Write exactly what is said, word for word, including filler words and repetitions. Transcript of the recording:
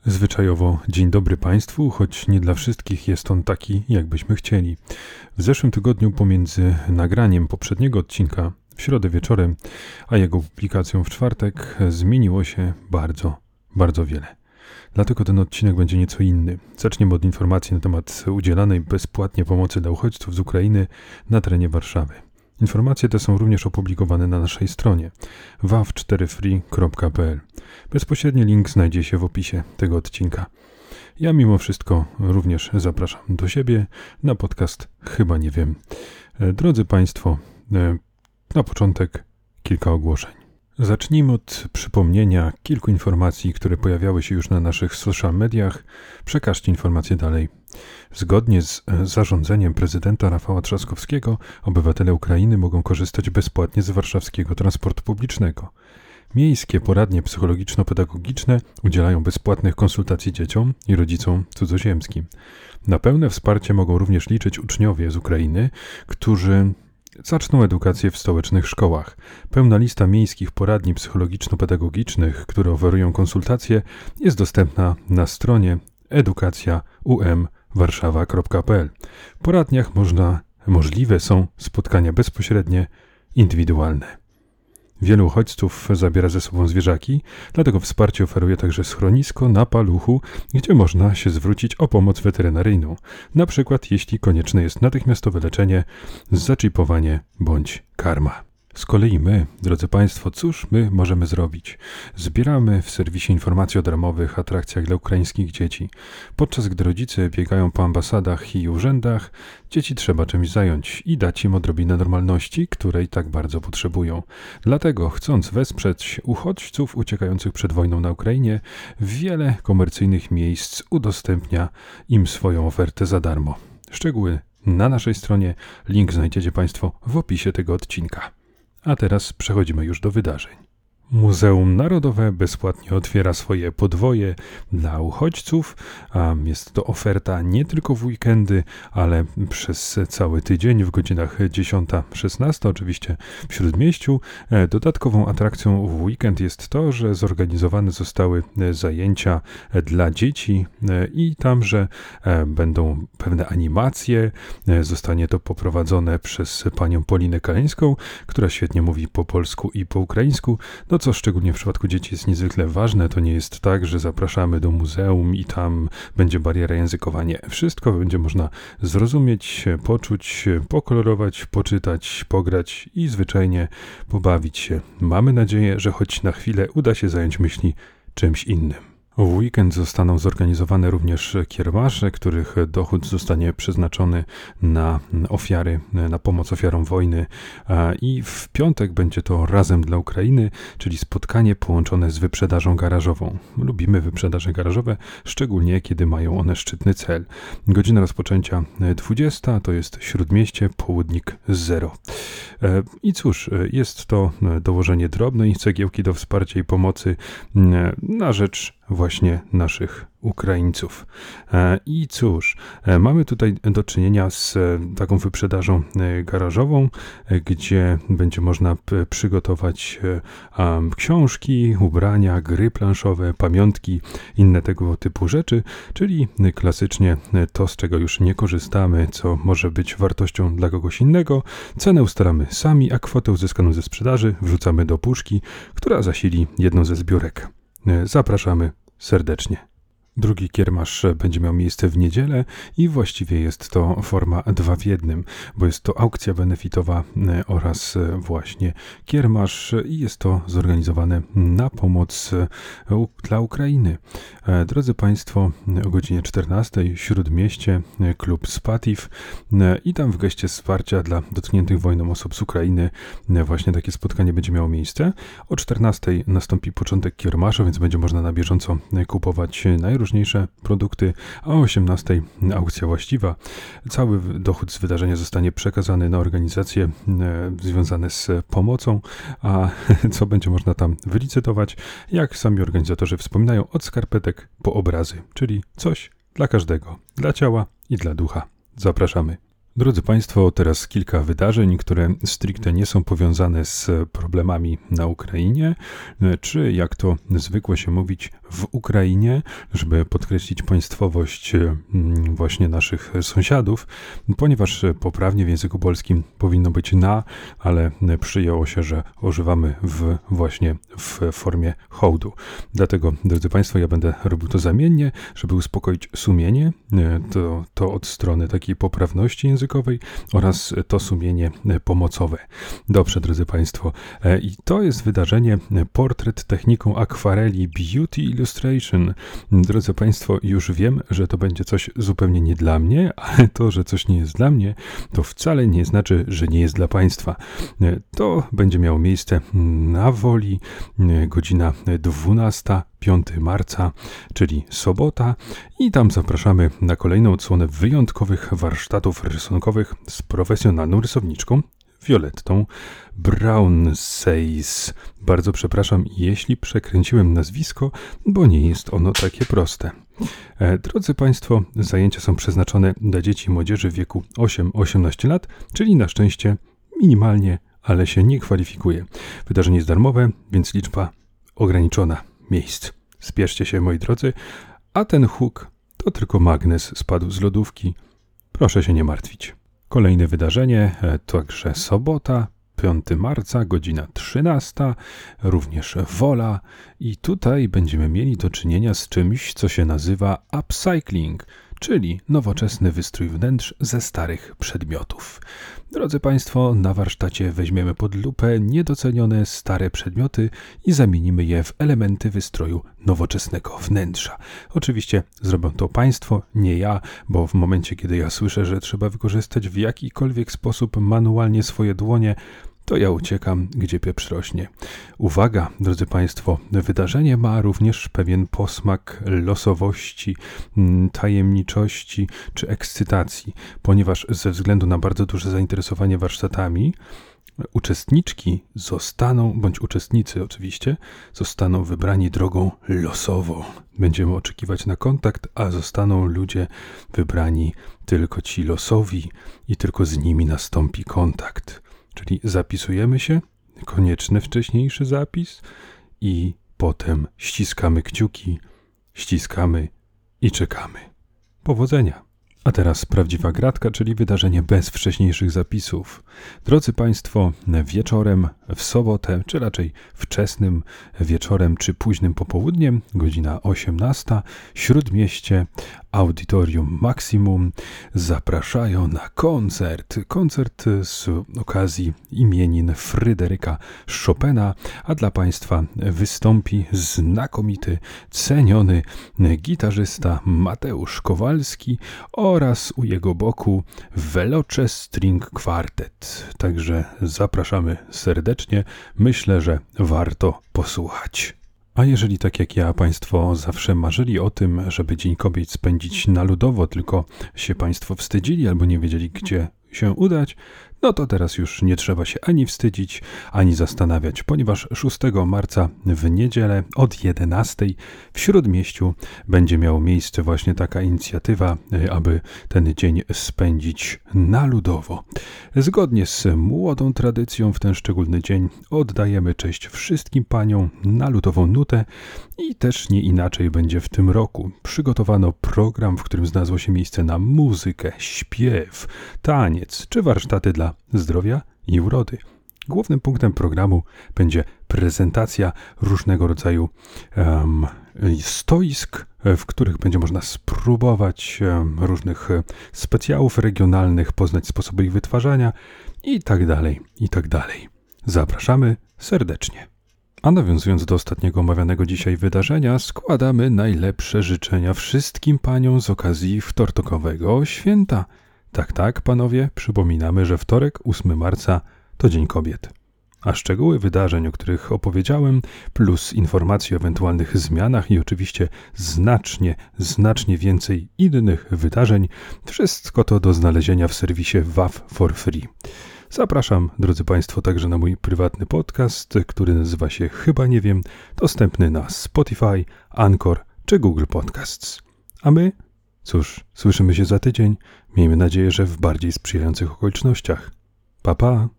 Zwyczajowo dzień dobry Państwu, choć nie dla wszystkich jest on taki, jakbyśmy chcieli. W zeszłym tygodniu pomiędzy nagraniem poprzedniego odcinka w środę wieczorem, a jego publikacją w czwartek zmieniło się bardzo, bardzo wiele. Dlatego ten odcinek będzie nieco inny. Zaczniemy od informacji na temat udzielanej bezpłatnie pomocy dla uchodźców z Ukrainy na terenie Warszawy. Informacje te są również opublikowane na naszej stronie w a w cztery free kropka p l. Bezpośredni link znajdzie się w opisie tego odcinka. Ja mimo wszystko również zapraszam do siebie na podcast Chyba nie wiem. Drodzy Państwo, na początek kilka ogłoszeń. Zacznijmy od przypomnienia kilku informacji, które pojawiały się już na naszych social mediach. Przekażcie informacje dalej. Zgodnie z zarządzeniem prezydenta Rafała Trzaskowskiego, obywatele Ukrainy mogą korzystać bezpłatnie z warszawskiego transportu publicznego. Miejskie poradnie psychologiczno-pedagogiczne udzielają bezpłatnych konsultacji dzieciom i rodzicom cudzoziemskim. Na pełne wsparcie mogą również liczyć uczniowie z Ukrainy, którzy zaczną edukację w stołecznych szkołach. Pełna lista miejskich poradni psychologiczno-pedagogicznych, które oferują konsultacje, jest dostępna na stronie edukacja u m warszawa kropka p l. W poradniach można, możliwe są spotkania bezpośrednie, indywidualne. Wielu uchodźców zabiera ze sobą zwierzaki, dlatego wsparcie oferuje także schronisko na Paluchu, gdzie można się zwrócić o pomoc weterynaryjną, na przykład jeśli konieczne jest natychmiastowe leczenie, zaczipowanie bądź karma. Z kolei my, drodzy Państwo, cóż my możemy zrobić? Zbieramy w serwisie informacji o darmowych atrakcjach dla ukraińskich dzieci. Podczas gdy rodzice biegają po ambasadach i urzędach, dzieci trzeba czymś zająć i dać im odrobinę normalności, której tak bardzo potrzebują. Dlatego, chcąc wesprzeć uchodźców uciekających przed wojną na Ukrainie, wiele komercyjnych miejsc udostępnia im swoją ofertę za darmo. Szczegóły na naszej stronie, link znajdziecie Państwo w opisie tego odcinka. A teraz przechodzimy już do wydarzeń. Muzeum Narodowe bezpłatnie otwiera swoje podwoje dla uchodźców. A jest to oferta nie tylko w weekendy, ale przez cały tydzień w godzinach dziesiąta szesnasta, oczywiście w Śródmieściu. Dodatkową atrakcją w weekend jest to, że zorganizowane zostały zajęcia dla dzieci i tam, że będą pewne animacje. Zostanie to poprowadzone przez panią Polinę Kaleńską, która świetnie mówi po polsku i po ukraińsku. No co szczególnie w przypadku dzieci jest niezwykle ważne, to nie jest tak, że zapraszamy do muzeum i tam będzie bariera językowa. Nie. Wszystko będzie można zrozumieć, poczuć, pokolorować, poczytać, pograć i zwyczajnie pobawić się. Mamy nadzieję, że choć na chwilę uda się zająć myśli czymś innym. W weekend zostaną zorganizowane również kiermasze, których dochód zostanie przeznaczony na ofiary, na pomoc ofiarom wojny i w piątek będzie to Razem dla Ukrainy, czyli spotkanie połączone z wyprzedażą garażową. Lubimy wyprzedaże garażowe, szczególnie kiedy mają one szczytny cel. Godzina rozpoczęcia dwudziesta, to jest Śródmieście, Południk zero. I cóż, jest to dołożenie drobnej cegiełki do wsparcia i pomocy na rzecz właśnie naszych Ukraińców. I cóż, mamy tutaj do czynienia z taką wyprzedażą garażową, gdzie będzie można przygotować książki, ubrania, gry planszowe, pamiątki, inne tego typu rzeczy, czyli klasycznie to, z czego już nie korzystamy, co może być wartością dla kogoś innego. Cenę ustalamy sami, a kwotę uzyskaną ze sprzedaży wrzucamy do puszki, która zasili jedną ze zbiórek. Zapraszamy serdecznie. Drugi kiermasz będzie miał miejsce w niedzielę i właściwie jest to forma dwa w jednym, bo jest to aukcja benefitowa oraz właśnie kiermasz i jest to zorganizowane na pomoc dla Ukrainy. Drodzy Państwo, o godzinie czternastej w Śródmieście klub Spatif i tam w geście wsparcia dla dotkniętych wojną osób z Ukrainy właśnie takie spotkanie będzie miało miejsce. O czternastej nastąpi początek kiermaszu, więc będzie można na bieżąco kupować najróżniejsze produkty, a o osiemnastej aukcja właściwa. Cały dochód z wydarzenia zostanie przekazany na organizacje e, związane z pomocą, a co będzie można tam wylicytować, jak sami organizatorzy wspominają, od skarpetek po obrazy, czyli coś dla każdego, dla ciała i dla ducha. Zapraszamy. Drodzy Państwo, teraz kilka wydarzeń, które stricte nie są powiązane z problemami na Ukrainie, czy jak to zwykło się mówić w Ukrainie, żeby podkreślić państwowość właśnie naszych sąsiadów, ponieważ poprawnie w języku polskim powinno być na, ale przyjęło się, że używamy w właśnie w formie hołdu. Dlatego, drodzy Państwo, ja będę robił to zamiennie, żeby uspokoić sumienie, to, to od strony takiej poprawności językowej oraz to sumienie pomocowe. Dobrze, drodzy Państwo, i to jest wydarzenie Portret techniką akwareli Beauty Illustration. Drodzy Państwo, już wiem, że to będzie coś zupełnie nie dla mnie, ale to, że coś nie jest dla mnie, to wcale nie znaczy, że nie jest dla Państwa. To będzie miało miejsce na Woli, godzina dwunasta, piątego marca, czyli sobota, i tam zapraszamy na kolejną odsłonę wyjątkowych warsztatów rysunkowych z profesjonalną rysowniczką Violettą Brownseys. Bardzo przepraszam, jeśli przekręciłem nazwisko, bo nie jest ono takie proste. E, drodzy Państwo, zajęcia są przeznaczone dla dzieci i młodzieży w wieku osiem do osiemnastu lat, czyli na szczęście minimalnie, ale się nie kwalifikuje. Wydarzenie jest darmowe, więc liczba ograniczona miejsc. Spieszcie się, moi drodzy, a ten huk to tylko magnes spadł z lodówki. Proszę się nie martwić. Kolejne wydarzenie, także sobota, piątego marca, godzina trzynasta, również Wola, i tutaj będziemy mieli do czynienia z czymś, co się nazywa upcycling, czyli nowoczesny wystrój wnętrz ze starych przedmiotów. Drodzy Państwo, na warsztacie weźmiemy pod lupę niedocenione stare przedmioty i zamienimy je w elementy wystroju nowoczesnego wnętrza. Oczywiście zrobią to Państwo, nie ja, bo w momencie, kiedy ja słyszę, że trzeba wykorzystać w jakikolwiek sposób manualnie swoje dłonie, to ja uciekam, gdzie pieprz rośnie. Uwaga, drodzy Państwo, wydarzenie ma również pewien posmak losowości, tajemniczości czy ekscytacji, ponieważ ze względu na bardzo duże zainteresowanie warsztatami, uczestniczki zostaną, bądź uczestnicy oczywiście, zostaną wybrani drogą losową. Będziemy oczekiwać na kontakt, a zostaną ludzie wybrani tylko ci losowi i tylko z nimi nastąpi kontakt. Czyli zapisujemy się, konieczny wcześniejszy zapis, i potem ściskamy kciuki, ściskamy i czekamy. Powodzenia! A teraz prawdziwa gratka, czyli wydarzenie bez wcześniejszych zapisów. Drodzy Państwo, wieczorem w sobotę, czy raczej wczesnym wieczorem, czy późnym popołudniem, godzina osiemnasta, Śródmieście, Audytorium Maximum zapraszają na koncert. Koncert z okazji imienin Fryderyka Chopina, a dla Państwa wystąpi znakomity, ceniony gitarzysta Mateusz Kowalski oraz u jego boku Veloce String Quartet. Także zapraszamy serdecznie. Myślę, że warto posłuchać. A jeżeli tak jak ja, Państwo zawsze marzyli o tym, żeby Dzień Kobiet spędzić na ludowo, tylko się Państwo wstydzili albo nie wiedzieli, gdzie się udać, no to teraz już nie trzeba się ani wstydzić, ani zastanawiać, ponieważ szóstego marca w niedzielę od jedenastej w Śródmieściu będzie miała miejsce właśnie taka inicjatywa, aby ten dzień spędzić na ludowo. Zgodnie z młodą tradycją w ten szczególny dzień oddajemy cześć wszystkim paniom na ludową nutę i też nie inaczej będzie w tym roku. Przygotowano program, w którym znalazło się miejsce na muzykę, śpiew, taniec czy warsztaty dla zdrowia i urody. Głównym punktem programu będzie prezentacja różnego rodzaju um, stoisk, w których będzie można spróbować um, różnych specjałów regionalnych, poznać sposoby ich wytwarzania i tak dalej, i tak dalej. Zapraszamy serdecznie. A nawiązując do ostatniego omawianego dzisiaj wydarzenia, składamy najlepsze życzenia wszystkim paniom z okazji wtorkowego święta. Tak, tak, panowie, przypominamy, że wtorek, ósmego marca to Dzień Kobiet. A szczegóły wydarzeń, o których opowiedziałem, plus informacje o ewentualnych zmianach i oczywiście znacznie, znacznie więcej innych wydarzeń, wszystko to do znalezienia w serwisie W A W for Free. Zapraszam, drodzy Państwo, także na mój prywatny podcast, który nazywa się Chyba Nie Wiem, dostępny na Spotify, Anchor czy Google Podcasts. A my Cóż, słyszymy się za tydzień. Miejmy nadzieję, że w bardziej sprzyjających okolicznościach. Pa, pa!